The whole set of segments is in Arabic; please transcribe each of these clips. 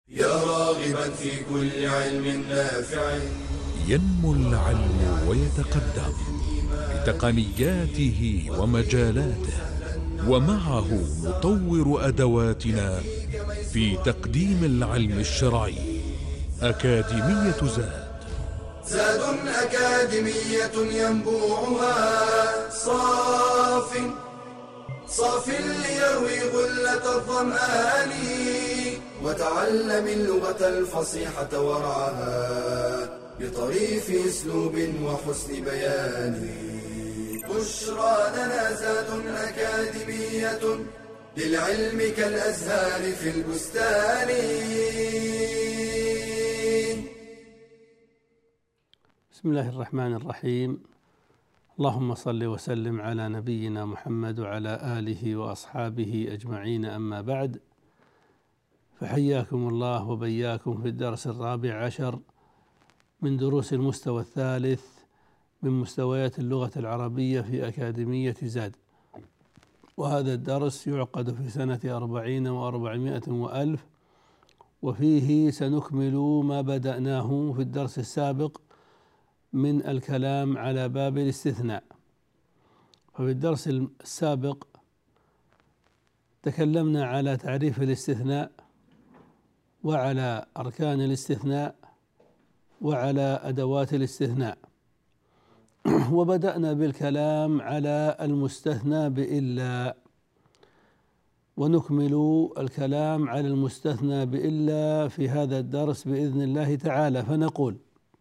يا راغبا في كل علم نافع. ينمو العلم ويتقدم بتقنياته ومجالاته، ومعه نطور أدواتنا في تقديم العلم الشرعي. أكاديمية زاد أكاديمية ينبوعها صاف ليروي غلة الظمآن، وتعلم اللغة الفصيحة ورعاها بطريف اسلوب وحسن بيان. بشرى لنا زاد أكاديمية للعلم كالأزهار في البستان. بسم الله الرحمن الرحيم. اللهم صل وسلم على نبينا محمد وعلى آله وأصحابه أجمعين، أما بعد، فحياكم الله وبياكم في الدرس 14 من دروس المستوى الثالث من مستويات اللغة العربية في أكاديمية زاد. وهذا الدرس يعقد في سنة 40 و400 وألف، وفيه سنكمل ما بدأناه في الدرس السابق من الكلام على باب الاستثناء. ففي الدرس السابق تكلمنا على تعريف الاستثناء وعلى أركان الاستثناء وعلى أدوات الاستثناء، وبدأنا بالكلام على المستثنى بإلا، ونكمل الكلام على المستثنى بإلا في هذا الدرس بإذن الله تعالى. فنقول: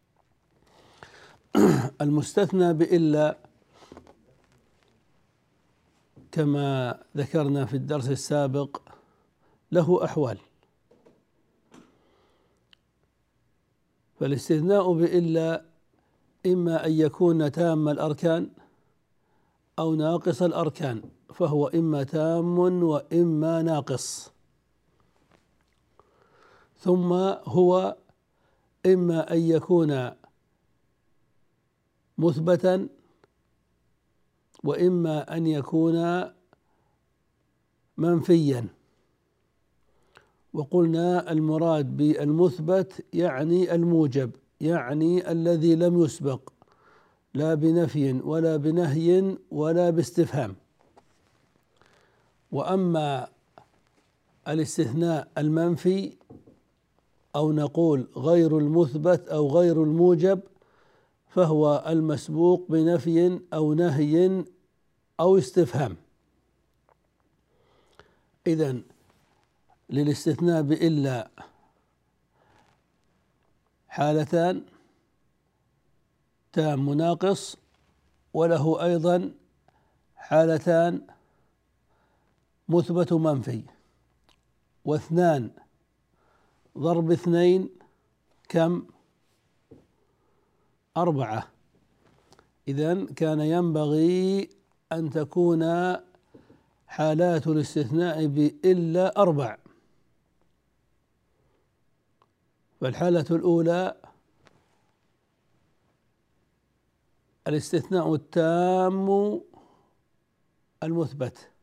المستثنى بإلا كما ذكرنا في الدرس السابق له أحوال. فالاستثناء بإلا إما أن يكون تام الأركان أو ناقص الأركان، فهو إما تام وإما ناقص. ثم هو إما أن يكون مثبتا وإما أن يكون منفيا. وقلنا المراد بالمثبت يعني الموجب، يعني الذي لم يسبق لا بنفي ولا بنهي ولا باستفهام. وأما الاستثناء المنفي أو نقول غير المثبت أو غير الموجب، فهو المسبوق بنفي أو نهي أو استفهام. إذن للاستثناء بإلا حالتان: تام ناقص، وله أيضا حالتان: مثبت منفي. واثنان ضرب اثنين كم؟ 4. إذن كان ينبغي أن تكون حالات الاستثناء بإلا 4. فالحالة الأولى الاستثناء التام المثبت،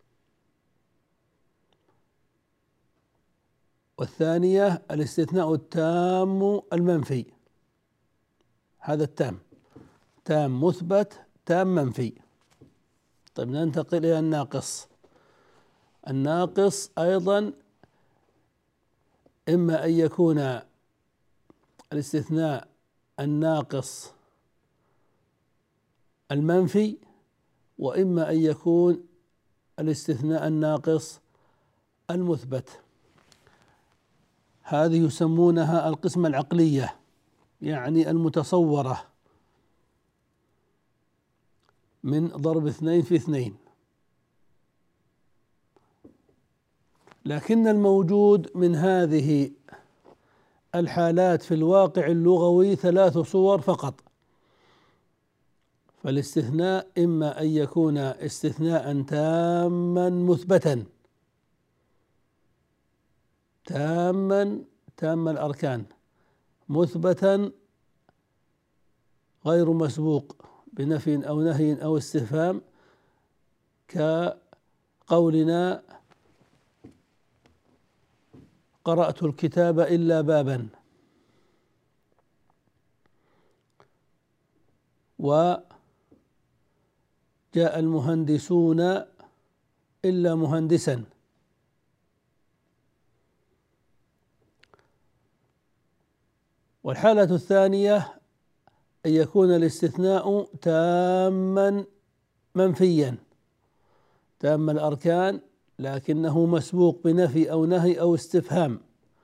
والثانية الاستثناء التام المنفي. هذا التام، تام مثبت تام منفي. طيب ننتقل إلى الناقص. الناقص أيضا إما أن يكون الاستثناء الناقص المنفي، وإما أن يكون الاستثناء الناقص المثبت. هذه يسمونها القسمة العقلية، يعني المتصورة من ضرب 2 في 2. لكن الموجود من هذه الحالات في الواقع اللغوي 3 صور فقط. فالاستثناء إما أن يكون استثناء تاما مثبتا، تام الأركان، مثبتا غير مسبوق بنفي أو نهي أو استفهام، كقولنا قرأت الكتاب إلا بابا، وجاء المهندسون إلا مهندسا. والحالة الثانية أن يكون الاستثناء تاما منفيا تام الأركان لكنه مسبوق بنفي أو نهي أو استفهام،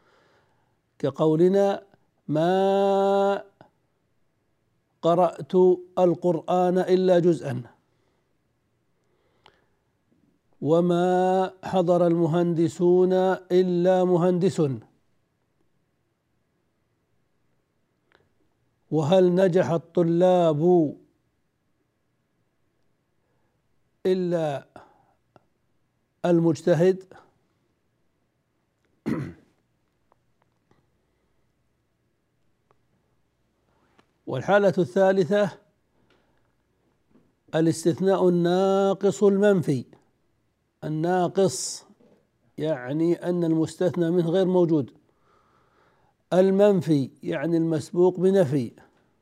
كقولنا ما قرأت القرآن إلا جزءا، وما حضر المهندسون إلا مهندس، وهل نجح الطلاب إلا المجتهد. والحالة الثالثة الاستثناء الناقص المنفي. الناقص يعني أن المستثنى منه غير موجود، المنفي يعني المسبوق بنفي،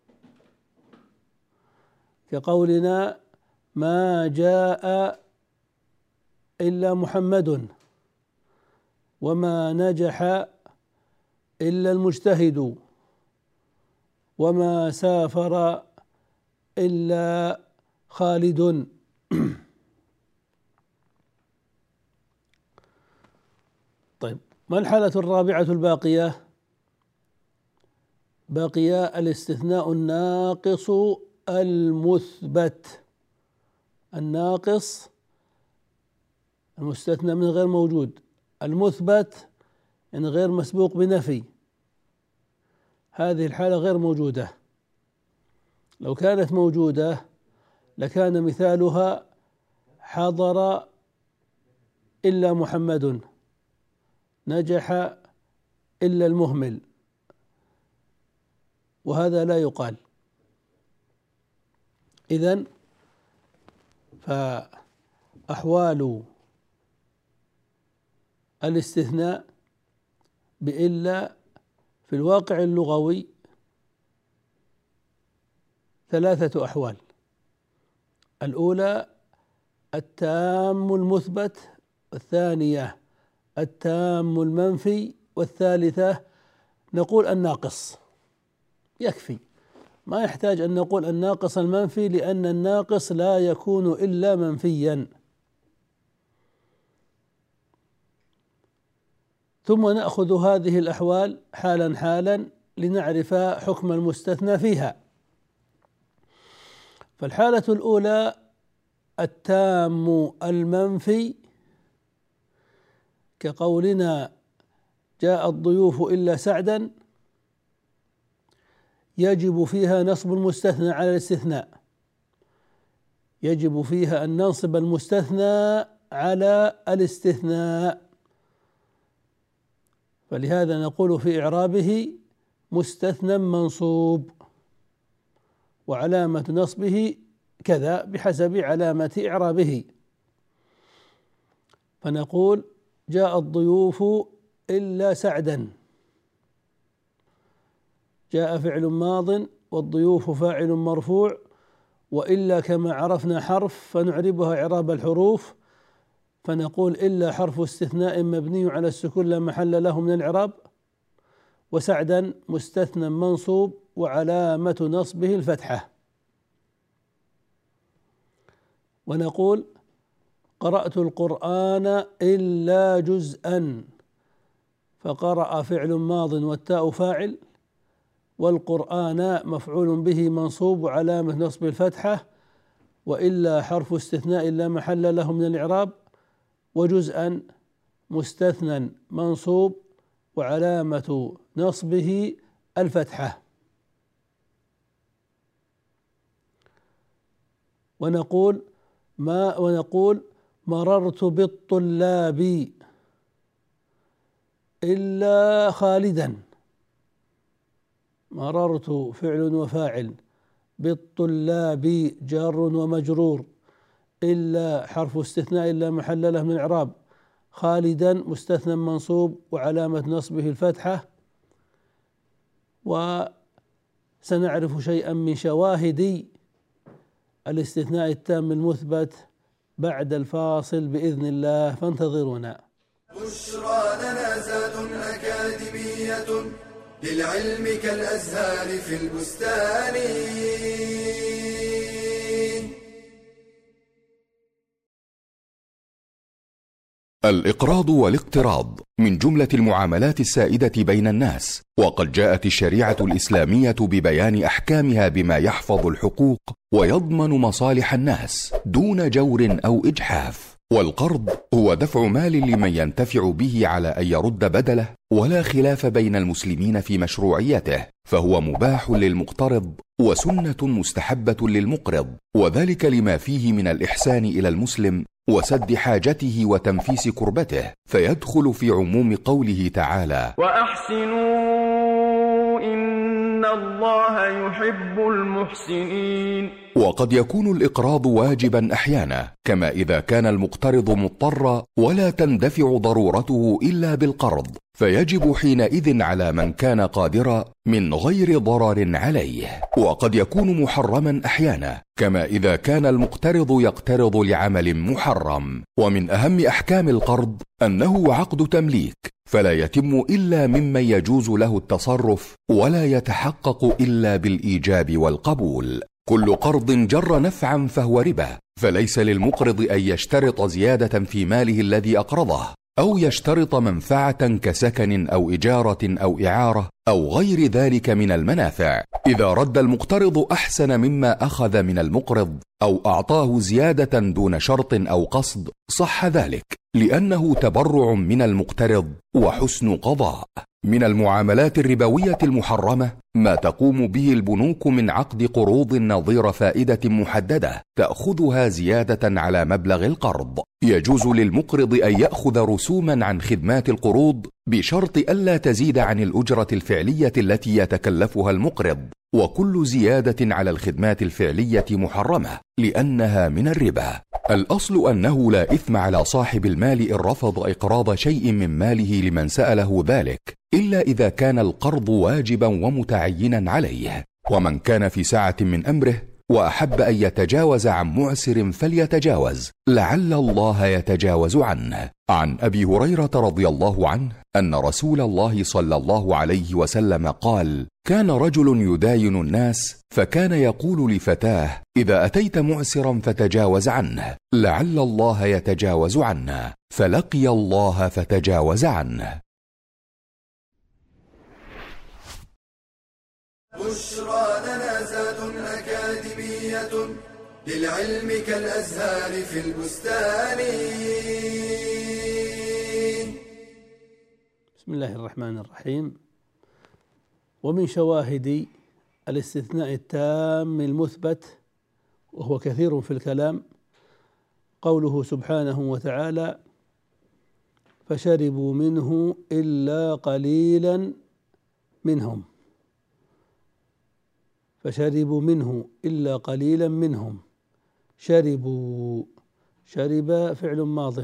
كقولنا ما جاء إلا محمد، وما نجح إلا المجتهد، وما سافر إلا خالد. طيب، ما الحالة الرابعة الباقية؟ بقي الاستثناء الناقص المثبت. الناقص المستثنى منه غير موجود، المثبت إن غير مسبوق بنفي. هذه الحالة غير موجودة. لو كانت موجودة لكان مثالها حضر إلا محمد، نجح إلا المهمل، وهذا لا يقال. إذن فأحوال الاستثناء بإلا في الواقع اللغوي ثلاثة أحوال: الأولى التام المثبت، والثانية التام المنفي، والثالثة نقول الناقص. يكفي، ما يحتاج أن نقول الناقص المنفي، لأن الناقص لا يكون إلا منفيا. ثم نأخذ هذه الأحوال حالا حالا لنعرف حكم المستثنى فيها. فالحالة الأولى التام المنفي، كقولنا جاء الضيوف إلا سعدا، يجب فيها نصب المستثنى على الاستثناء، يجب فيها أن ننصب المستثنى على الاستثناء، فلهذا نقول في إعرابه مستثنى منصوب، وعلامة نصبه كذا بحسب علامة إعرابه. فنقول جاء الضيوف إلا سعدا، جاء فعل ماض والضيوف فاعل مرفوع، وإلا كما عرفنا حرف فنعربها إعراب الحروف، فنقول إلا حرف استثناء مبني على السكون لا محل له من الإعراب، وسعدا مستثنى منصوب وعلامة نصبه الفتحة. ونقول قرأت القرآن إلا جزءا، فقرأ فعل ماض والتاء فاعل، والقرآن مفعول به منصوب وعلامة نصب الفتحة، وإلا حرف استثناء لا محل له من الإعراب، وجزءا مستثنى منصوب وعلامة نصبه الفتحة. ونقول مررت بالطلاب إلا خالدا، مررت فعل وفاعل، بالطلاب جار ومجرور، إلا حرف استثناء لا محل له من الإعراب، خالدا مستثنى منصوب وعلامة نصبه الفتحة. وسنعرف شيئا من شواهد الاستثناء التام المثبت بعد الفاصل بإذن الله، فانتظرونا. بشرى لنا زاد أكاديمية للعلم كالأزهار في البستان. الإقراض والاقتراض من جملة المعاملات السائدة بين الناس، وقد جاءت الشريعة الإسلامية ببيان أحكامها بما يحفظ الحقوق ويضمن مصالح الناس دون جور أو إجحاف. والقرض هو دفع مال لمن ينتفع به على أن يرد بدله، ولا خلاف بين المسلمين في مشروعيته، فهو مباح للمقترض وسنة مستحبة للمقرض، وذلك لما فيه من الإحسان إلى المسلم وسد حاجته وتنفيس كربته، فيدخل في عموم قوله تعالى: وأحسنوا إن الله يحب المحسنين. وقد يكون الإقراض واجبا أحيانا، كما إذا كان المقترض مضطرا ولا تندفع ضرورته إلا بالقرض، فيجب حينئذ على من كان قادرا من غير ضرر عليه. وقد يكون محرما أحيانا، كما إذا كان المقترض يقترض لعمل محرم. ومن أهم أحكام القرض أنه عقد تمليك، فلا يتم إلا ممن يجوز له التصرف، ولا يتحقق إلا بالإيجاب والقبول. كل قرض جر نفعا فهو ربا، فليس للمقرض أن يشترط زيادة في ماله الذي أقرضه، أو يشترط منفعة كسكن أو إجارة أو إعارة أو غير ذلك من المنافع. إذا رد المقترض أحسن مما أخذ من المقرض، أو أعطاه زيادة دون شرط أو قصد، صح ذلك، لأنه تبرع من المقترض وحسن قضاء. من المعاملات الربوية المحرمة ما تقوم به البنوك من عقد قروض نظير فائدة محددة تأخذها زيادة على مبلغ القرض. يجوز للمقرض أن يأخذ رسوما عن خدمات القروض بشرط ألا تزيد عن الأجرة الفعلية التي يتكلفها المقرض، وكل زيادة على الخدمات الفعلية محرمة لأنها من الربا. الأصل أنه لا إثم على صاحب المال إن رفض إقراض شيء من ماله لمن سأله ذلك، إلا إذا كان القرض واجبا ومتعينا عليه. ومن كان في سعة من أمره وأحب أن يتجاوز عن معسر فليتجاوز، لعل الله يتجاوز عنه. عن أبي هريرة رضي الله عنه أن رسول الله صلى الله عليه وسلم قال: كان رجل يداين الناس، فكان يقول لفتاه: إذا أتيت معسرا فتجاوز عنه، لعل الله يتجاوز عنه، فلقي الله فتجاوز عنه. بشرى لنا زاد أكاديمية للعلم كالأزهار في البستان. بسم الله الرحمن الرحيم. ومن شواهد الاستثناء التام المثبت، وهو كثير في الكلام، قوله سبحانه وتعالى: فشربوا منه إلا قليلا منهم. فشربوا منه إلا قليلا منهم. شربوا، شرب فعل ماض،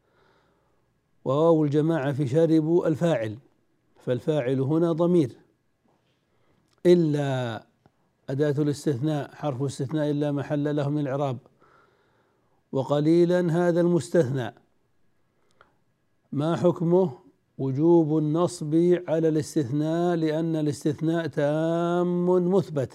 وواو الجماعة في شربوا الفاعل، فالفاعل هنا ضمير. إلا أداة الاستثناء حرف استثناء لا محل له من الإعراب. وقليلا هذا المستثنى، ما حكمه؟ وجوب النصب على الاستثناء، لأن الاستثناء تام مثبت،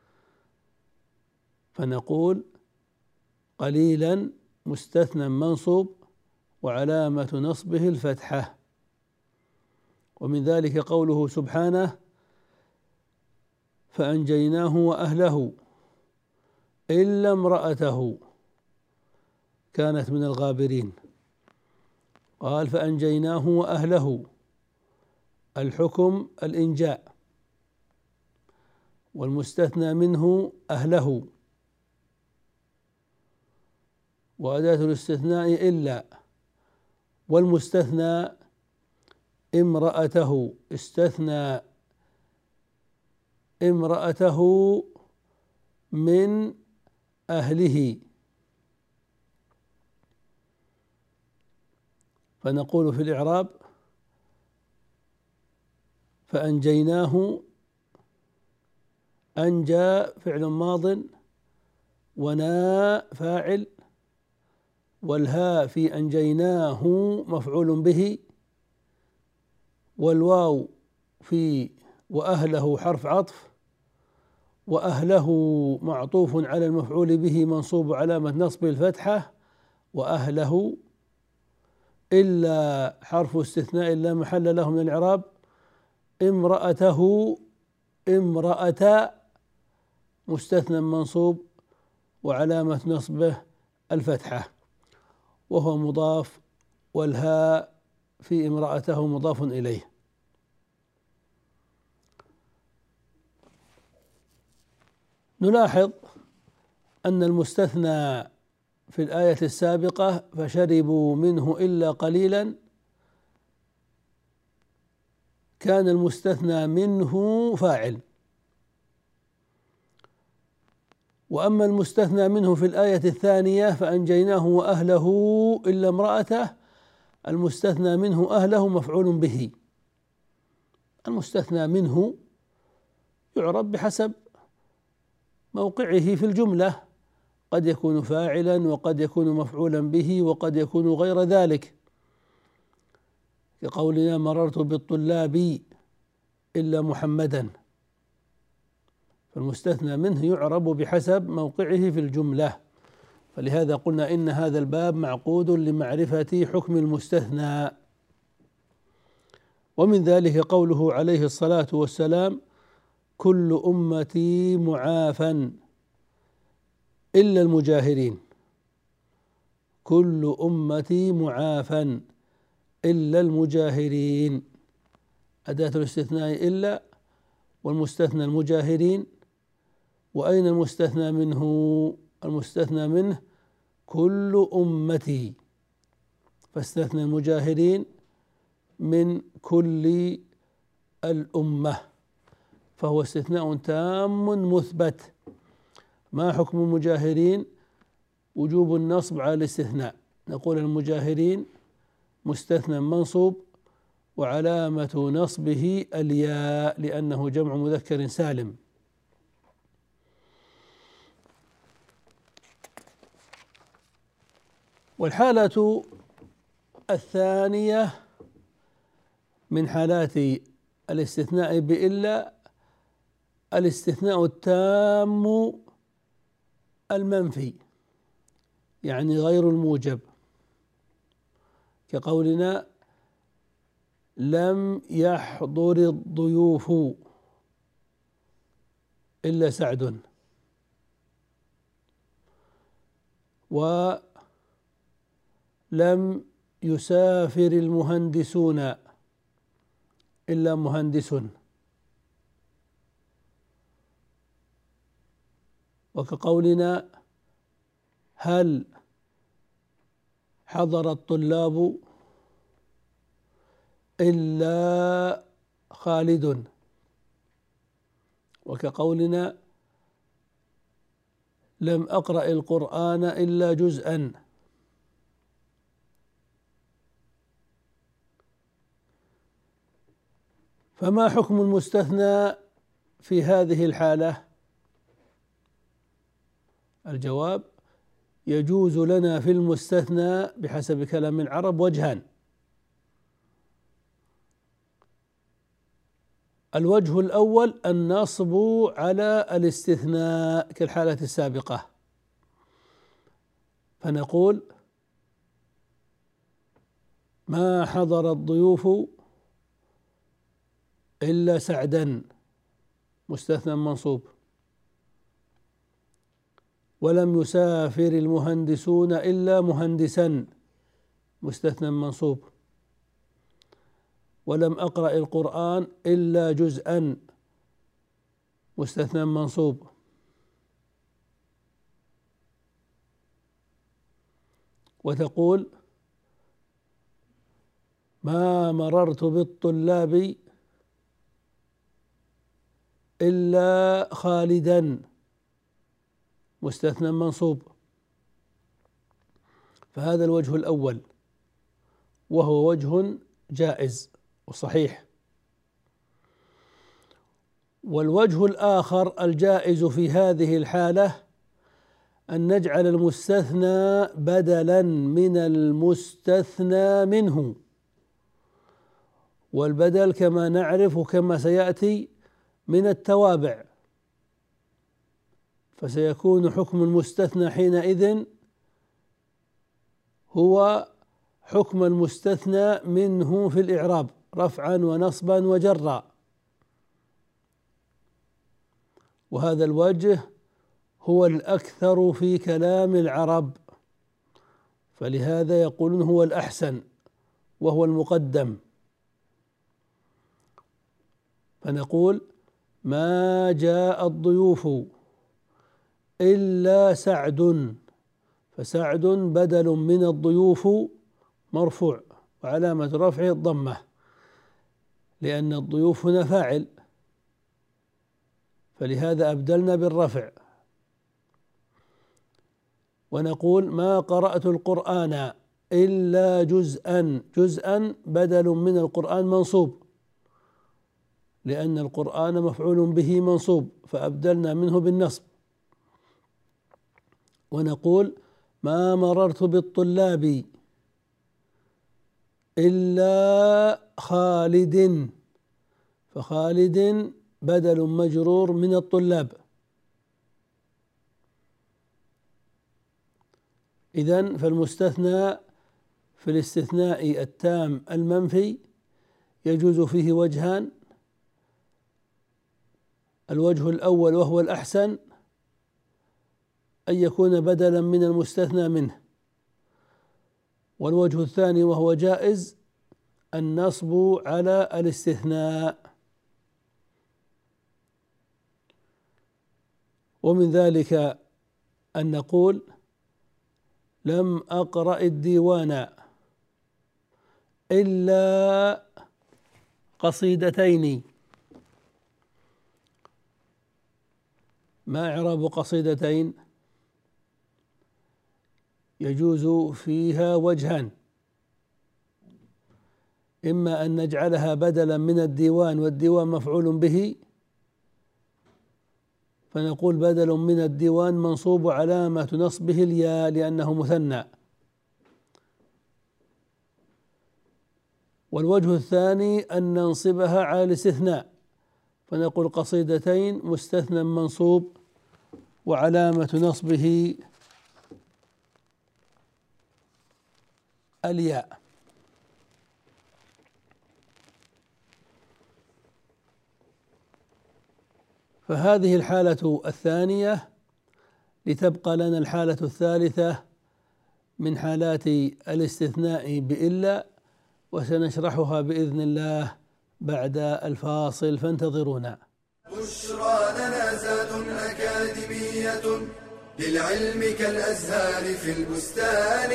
فنقول قليلا مستثنى منصوب وعلامة نصبه الفتحة. ومن ذلك قوله سبحانه: فأنجيناه وأهله إلا امرأته كانت من الغابرين. قال: فأنجيناه وأهله، الحكم الإنجاء، والمستثنى منه أهله، وأداة الاستثناء إلا، والمستثنى امرأته، استثنى امرأته من أهله، فنقول في الإعراب: فأنجيناه، أنجى فعل ماض، ونا فاعل، والهاء في أنجيناه مفعول به، والواو في وأهله حرف عطف، وأهله معطوف على المفعول به منصوب علامة نصب الفتحة، وأهله إلا حرف استثناء لا محل له من الإعراب، امرأته، امرأة مستثنى منصوب وعلامة نصبه الفتحة وهو مضاف، والهاء في امرأته مضاف إليه. نلاحظ أن المستثنى في الآية السابقة فشربوا منه إلا قليلا كان المستثنى منه فاعل، وأما المستثنى منه في الآية الثانية فأنجيناه وأهله إلا امرأته، المستثنى منه أهله مفعول به. المستثنى منه يعرب بحسب موقعه في الجملة، قد يكون فاعلا وقد يكون مفعولا به وقد يكون غير ذلك، كقولنا مررت بالطلاب إلا محمدا، فالمستثنى منه يعرب بحسب موقعه في الجملة. فلهذا قلنا إن هذا الباب معقود لمعرفة حكم المستثنى. ومن ذلك قوله عليه الصلاة والسلام: كل أمتي معافى إلا المجاهرين، كل أمتي معافى إلا المجاهرين، أداة الاستثناء إلا، والمستثنى المجاهرين. وأين المستثنى منه؟ المستثنى منه كل أمتي، فاستثنى المجاهرين من كل الأمة، فهو استثناء تام مثبت. ما حكم المجاهرين؟ وجوب النصب على الاستثناء، نقول المجاهرين مستثنى منصوب وعلامة نصبه الياء لأنه جمع مذكر سالم. والحالة الثانية من حالات الاستثناء بإلا الاستثناء التام المنفي، يعني غير الموجب، كقولنا لم يحضر الضيوف إلا سعد، ولم يسافر المهندسون إلا مهندس، وكقولنا هل حضر الطلاب إلا خالد، وكقولنا لم أقرأ القرآن إلا جزءا. فما حكم المستثنى في هذه الحالة؟ الجواب: يجوز لنا في المستثنى بحسب كلام العرب وجهان. الوجه الأول النصب على الاستثناء كالحالة السابقة، فنقول ما حضر الضيوف إلا سعدا مستثنى منصوب، ولم يسافر المهندسون إلا مهندسا مستثنى منصوب، ولم أقرأ القرآن إلا جزءا مستثنى منصوب. وتقول ما مررت بالطلاب إلا خالدا مستثنى منصوب. فهذا الوجه الأول. وهو وجه جائز وصحيح. والوجه الآخر الجائز في هذه الحالة أن نجعل المستثنى بدلا من المستثنى منه، والبدل كما نعرف كما سيأتي من التوابع، فسيكون حكم المستثنى حينئذ هو حكم المستثنى منه في الإعراب رفعا ونصبا وجرا، وهذا الوجه هو الأكثر في كلام العرب، فلهذا يقولون هو الأحسن وهو المقدم. فنقول ما جاء الضيوف إلا سعد، فسعد بدل من الضيوف مرفوع وعلامة رفعه الضمة، لأن الضيوف هنا فاعل، فلهذا أبدلنا بالرفع. ونقول ما قرأت القرآن إلا جزءا، جزءا بدل من القرآن منصوب، لأن القرآن مفعول به منصوب فأبدلنا منه بالنصب. ونقول ما مررت بالطلاب إلا خالد، فخالد بدل مجرور من الطلاب. إذن فالمستثنى في الاستثناء التام المنفي يجوز فيه وجهان: الوجه الأول وهو الأحسن أن يكون بدلا من المستثنى منه، والوجه الثاني وهو جائز النصب على الاستثناء. ومن ذلك أن نقول لم أقرأ الديوان إلا قصيدتين. ما إعراب قصيدتين؟ يجوز فيها وجهان: إما أن نجعلها بدلا من الديوان والديوان مفعول به، فنقول بدل من الديوان منصوب علامة نصبه الياء لأنه مثنى. والوجه الثاني أن ننصبها على الاستثناء، فنقول قصيدتين مستثنى منصوب وعلامة نصبه الياء. فهذه الحالة الثانية لتبقى لنا الحالة الثالثة من حالات الاستثناء بإلا، وسنشرحها بإذن الله بعد الفاصل، فانتظرونا. بشرى لنا زاد أكاديمية للعلم كالأزهار في البستان.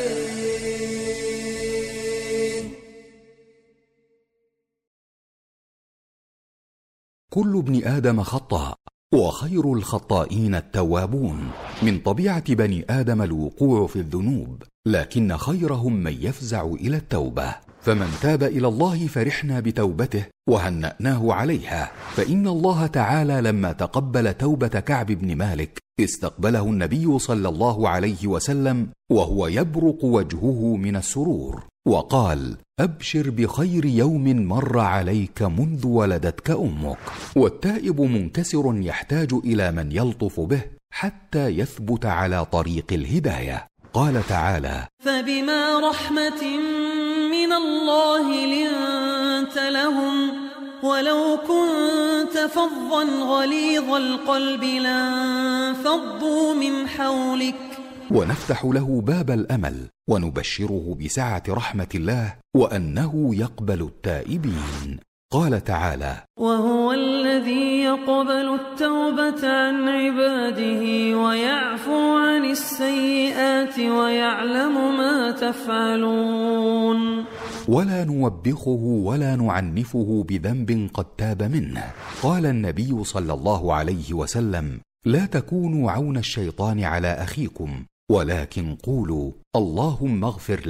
كل ابن آدم خطاء وخير الخطائين التوابون. من طبيعة بني آدم الوقوع في الذنوب، لكن خيرهم من يفزع إلى التوبة، فمن تاب إلى الله فرحنا بتوبته وهنأناه عليها. فإن الله تعالى لما تقبل توبة كعب بن مالك استقبله النبي صلى الله عليه وسلم وهو يبرق وجهه من السرور، وقال: أبشر بخير يوم مر عليك منذ ولدتك أمك. والتائب منكسر يحتاج إلى من يلطف به حتى يثبت على طريق الهداية. قال تعالى: فبما رحمة من الله لنت لهم ولو كنت فظا غليظ القلب لانفضوا من حولك. ونفتح له باب الأمل ونبشره بسعة رحمة الله وأنه يقبل التائبين. قال تعالى: وهو الذي يقبل التوبة عن عباده ويعفو عن السيئات ويعلم ما تفعلون. ولا نوبخه ولا نعنفه بذنب قد تاب منه. قال النبي صلى الله عليه وسلم: لا تكونوا عون الشيطان على أخيكم، ولكن قولوا اللهم اغفر له،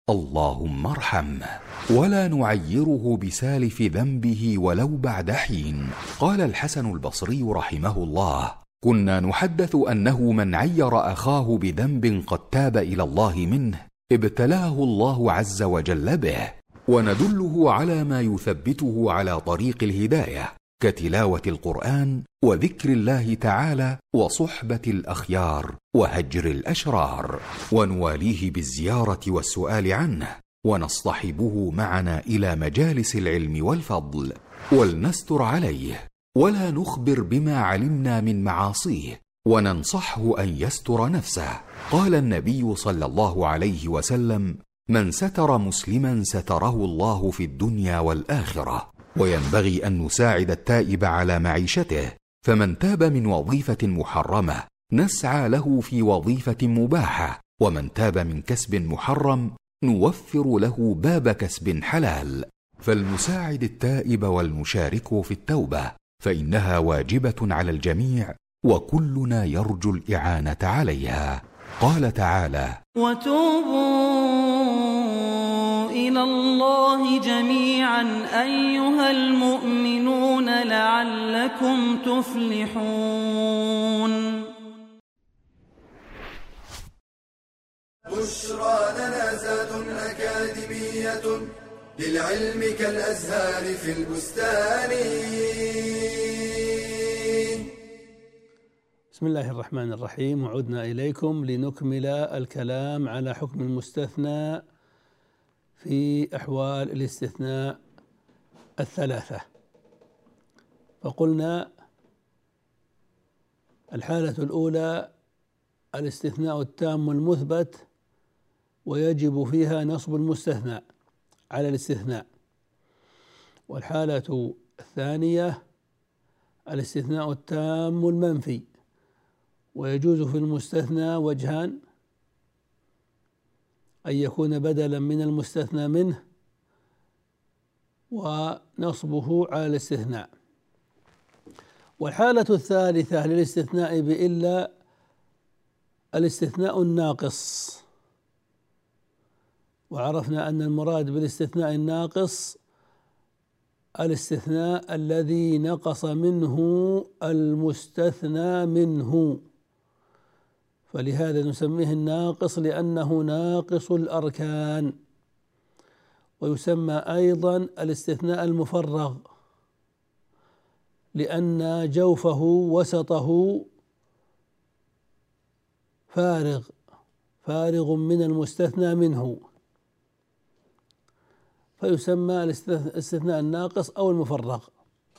اللهم ارحمه ولا نعيره بسالف ذنبه ولو بعد حين. قال الحسن البصري رحمه الله: كنا نحدث أنه من عير أخاه بذنب قد تاب إلى الله منه ابتلاه الله عز وجل به، وندله على ما يثبته على طريق الهداية كتلاوة القرآن وذكر الله تعالى وصحبة الأخيار وهجر الأشرار، ونواليه بالزيارة والسؤال عنه، ونصطحبه معنا إلى مجالس العلم والفضل، ولنستر عليه ولا نخبر بما علمنا من معاصيه، وننصحه أن يستر نفسه. قال النبي صلى الله عليه وسلم: من ستر مسلما ستره الله في الدنيا والآخرة. وينبغي أن نساعد التائب على معيشته، فمن تاب من وظيفة محرمة نسعى له في وظيفة مباحة، ومن تاب من كسب محرم نوفر له باب كسب حلال. فلنساعد التائب والمشارك في التوبة، فإنها واجبة على الجميع وكلنا يرجو الإعانة عليها. قال تعالى: وتوبوا إلى الله جميعا أيها المؤمنون لعلكم تفلحون. بشرى لنا زاد أكاديمية للعلم كالأزهار في البستان. بسم الله الرحمن الرحيم، وعدنا إليكم لنكمل الكلام على حكم المستثنى في أحوال الاستثناء الثلاثة. فقلنا الحالة الأولى الاستثناء التام المثبت، ويجب فيها نصب المستثنى على الاستثناء. والحالة الثانية الاستثناء التام المنفي، ويجوز في المستثنى وجهان: أن يكون بدلا من المستثنى منه، ونصبه على الاستثناء. والحالة الثالثة للاستثناء بإلا الاستثناء الناقص. وعرفنا أن المراد بالاستثناء الناقص الاستثناء الذي نقص منه المستثنى منه، فلهذا نسميه الناقص لأنه ناقص الأركان. ويسمى أيضا الاستثناء المفرغ لأن جوفه وسطه فارغ من المستثنى منه، فيسمى الاستثناء الناقص أو المفرغ.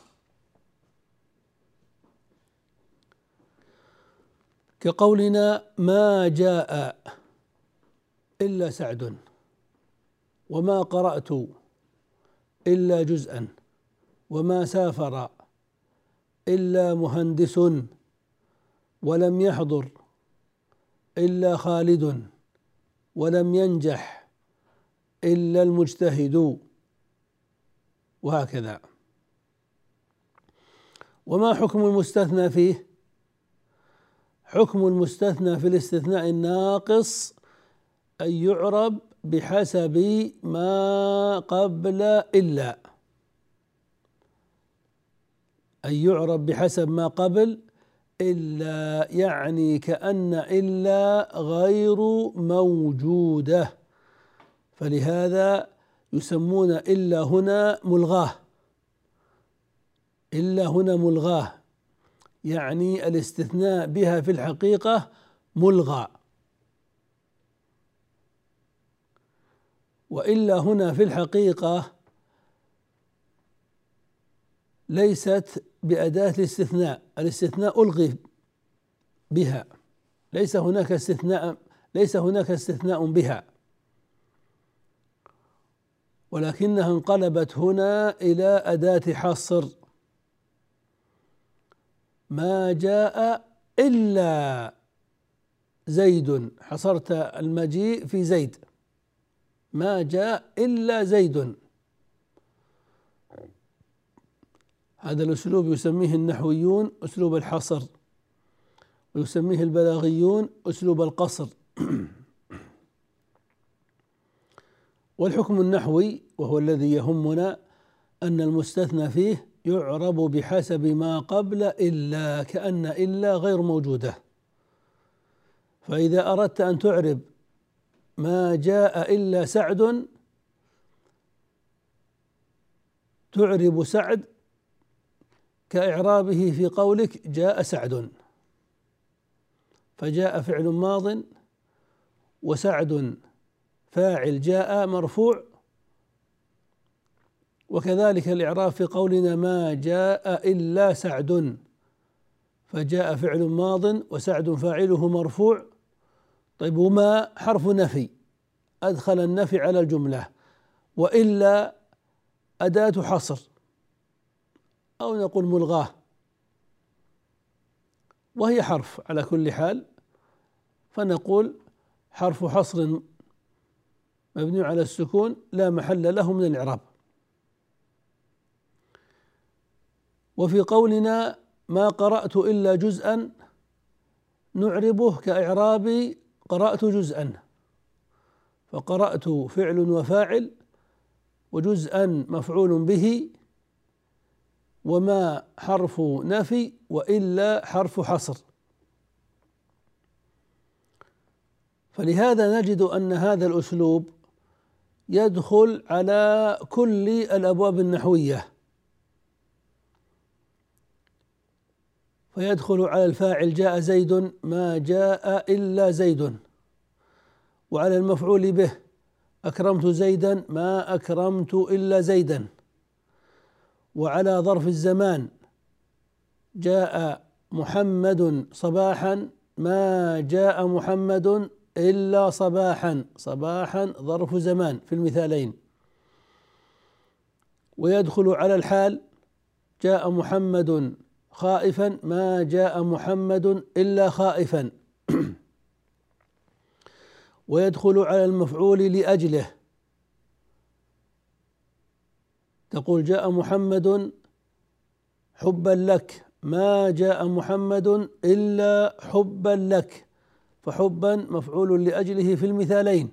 كقولنا: ما جاء إلا سعد، وما قرأت إلا جزءا، وما سافر إلا مهندس، ولم يحضر إلا خالد، ولم ينجح إلا المجتهد، وهكذا. وما حكم المستثنى فيه؟ حكم المستثنى في الاستثناء الناقص أن يعرب بحسب ما قبل إلا، أن يعرب بحسب ما قبل إلا، يعني كأن إلا غير موجودة، فلهذا يسمون إلا هنا ملغاة. إلا هنا ملغاة، يعني الاستثناء بها في الحقيقة ملغى. وإلا هنا في الحقيقة ليست بأداة الاستثناء، الاستثناء ألغي بها، ليس هناك استثناء بها، ولكنها انقلبت هنا إلى أداة حصر. ما جاء إلا زيد، حصرت المجيء في زيد، ما جاء إلا زيد. هذا الأسلوب يسميه النحويون أسلوب الحصر، ويسميه البلاغيون أسلوب القصر. والحكم النحوي وهو الذي يهمنا أن المستثنى فيه يعرب بحسب ما قبل إلا، كأن إلا غير موجودة. فإذا أردت أن تعرب ما جاء إلا سعد تعرب سعد كإعرابه في قولك جاء سعد، فجاء فعل ماض وسعد فاعل جاء مرفوع. وكذلك الإعراب في قولنا ما جاء إلا سعد، فجاء فعل ماض وسعد فاعله مرفوع. طيب وما حرف نفي أدخل النفي على الجملة، وإلا أداة حصر أو نقول ملغاة، وهي حرف على كل حال، فنقول حرف حصر مبني على السكون لا محل له من الإعراب. وفي قولنا ما قرأت إلا جزءا نعربه كإعراب قرأت جزءا، فقرأت فعل وفاعل وجزءا مفعول به، وما حرف نفي وإلا حرف حصر. فلهذا نجد أن هذا الأسلوب يدخل على كل الأبواب النحوية، فيدخل على الفاعل جاء زيد ما جاء إلا زيد، وعلى المفعول به أكرمت زيدا ما أكرمت إلا زيدا، وعلى ظرف الزمان جاء محمد صباحا ما جاء محمد إلا صباحا، صباحا ظرف زمان في المثالين. ويدخل على الحال جاء محمد خائفا ما جاء محمد إلا خائفا. ويدخل على المفعول لأجله، تقول جاء محمد حبا لك ما جاء محمد إلا حبا لك، فحبا مفعول لأجله في المثالين.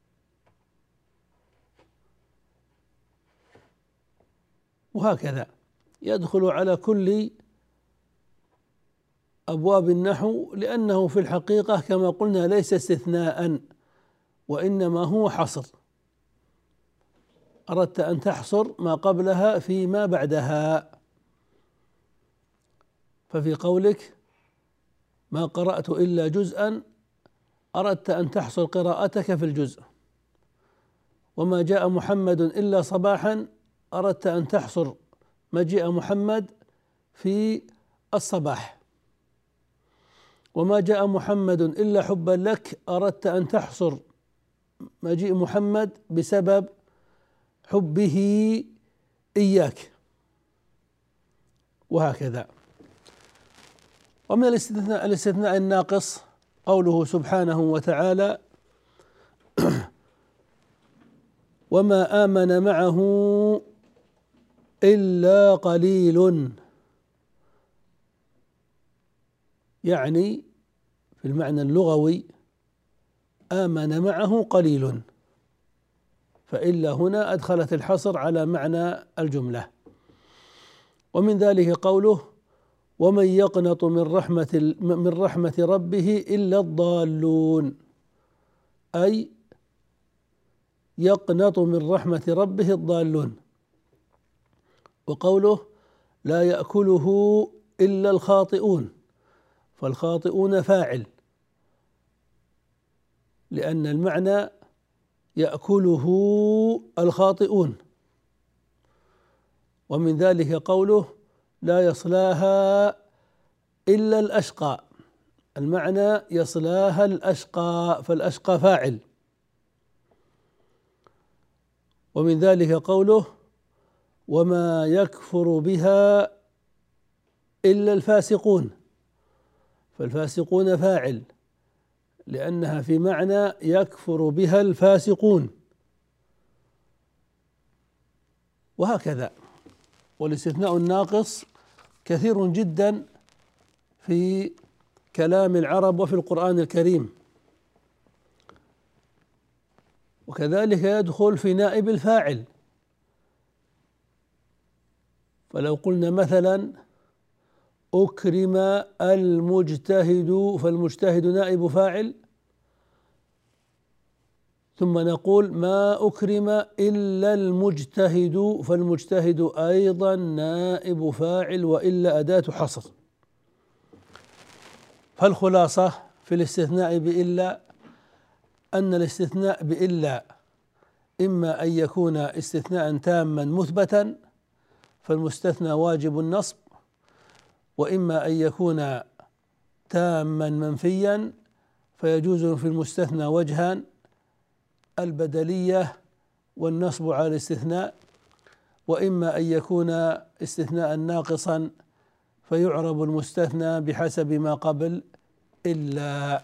وهكذا يدخل على كل أبواب النحو، لأنه في الحقيقة كما قلنا ليس استثناء وإنما هو حصر. أردت أن تحصر ما قبلها فيما بعدها، ففي قولك ما قرأت إلا جزءا أردت أن تحصر قراءتك في الجزء، وما جاء محمد إلا صباحا أردت أن تحصر مجيء محمد في الصباح، وما جاء محمد إلا حبا لك أردت أن تحصر مجيء محمد بسبب حبه إياك، وهكذا. ومن الاستثناء الناقص قوله سبحانه وتعالى وما آمن معه إلا قليل، يعني في المعنى اللغوي آمن معه قليل، فإلا هنا أدخلت الحصر على معنى الجملة. ومن ذلك قوله ومن يقنط من رحمة ربه إلا الضالون، أي يقنط من رحمة ربه الضالون. وقوله لا يأكله إلا الخاطئون، فالخاطئون فاعل، لأن المعنى يأكله الخاطئون. ومن ذلك قوله لا يصلاها إلا الأشقى، المعنى يصلاها الأشقى، فالأشقى فاعل. ومن ذلك قوله وما يكفر بها إلا الفاسقون، فالفاسقون فاعل، لأنها في معنى يكفر بها الفاسقون، وهكذا. والاستثناء الناقص كثير جدا في كلام العرب وفي القرآن الكريم، وكذلك يدخل في نائب الفاعل. فلو قلنا مثلا أكرم المجتهد، فالمجتهد نائب فاعل، ثم نقول ما أكرم إلا المجتهد، فالمجتهد أيضا نائب فاعل وإلا أداة حصر. فالخلاصة في الاستثناء بإلا أن الاستثناء بإلا إما أن يكون استثناء تاما مثبتا فالمستثنى واجب النصب، وإما أن يكون تاما منفيا فيجوز في المستثنى وجهان: البدلية والنصب على الاستثناء، وإما أن يكون استثناء ناقصا فيعرب المستثنى بحسب ما قبل إلا.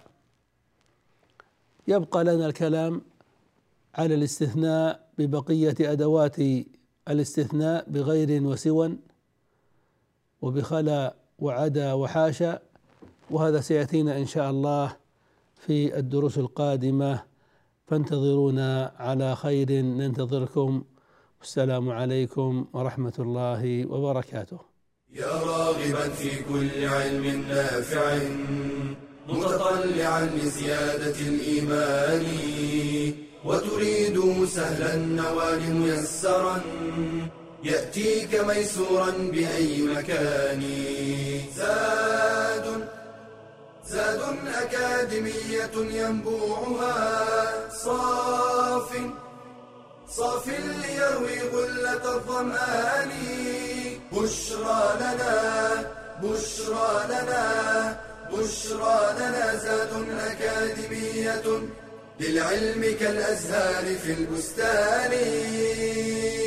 يبقى لنا الكلام على الاستثناء ببقية أدوات الاستثناء بغير وسوى وبخلا وعدا وحاشا، وهذا سيأتينا إن شاء الله في الدروس القادمة، فانتظرونا على خير ننتظركم. والسلام عليكم ورحمة الله وبركاته. يا راغبا في كل علم نافع متطلعا لزيادة الإيمان وتريد سهلا النوال ميسرا يأتيك ميسورا بأي مكان. زاد أكاديمية ينبوعها صاف ليروي غلة الظمآن. بشرى لنا زاد أكاديمية للعلم كالأزهار في البستان.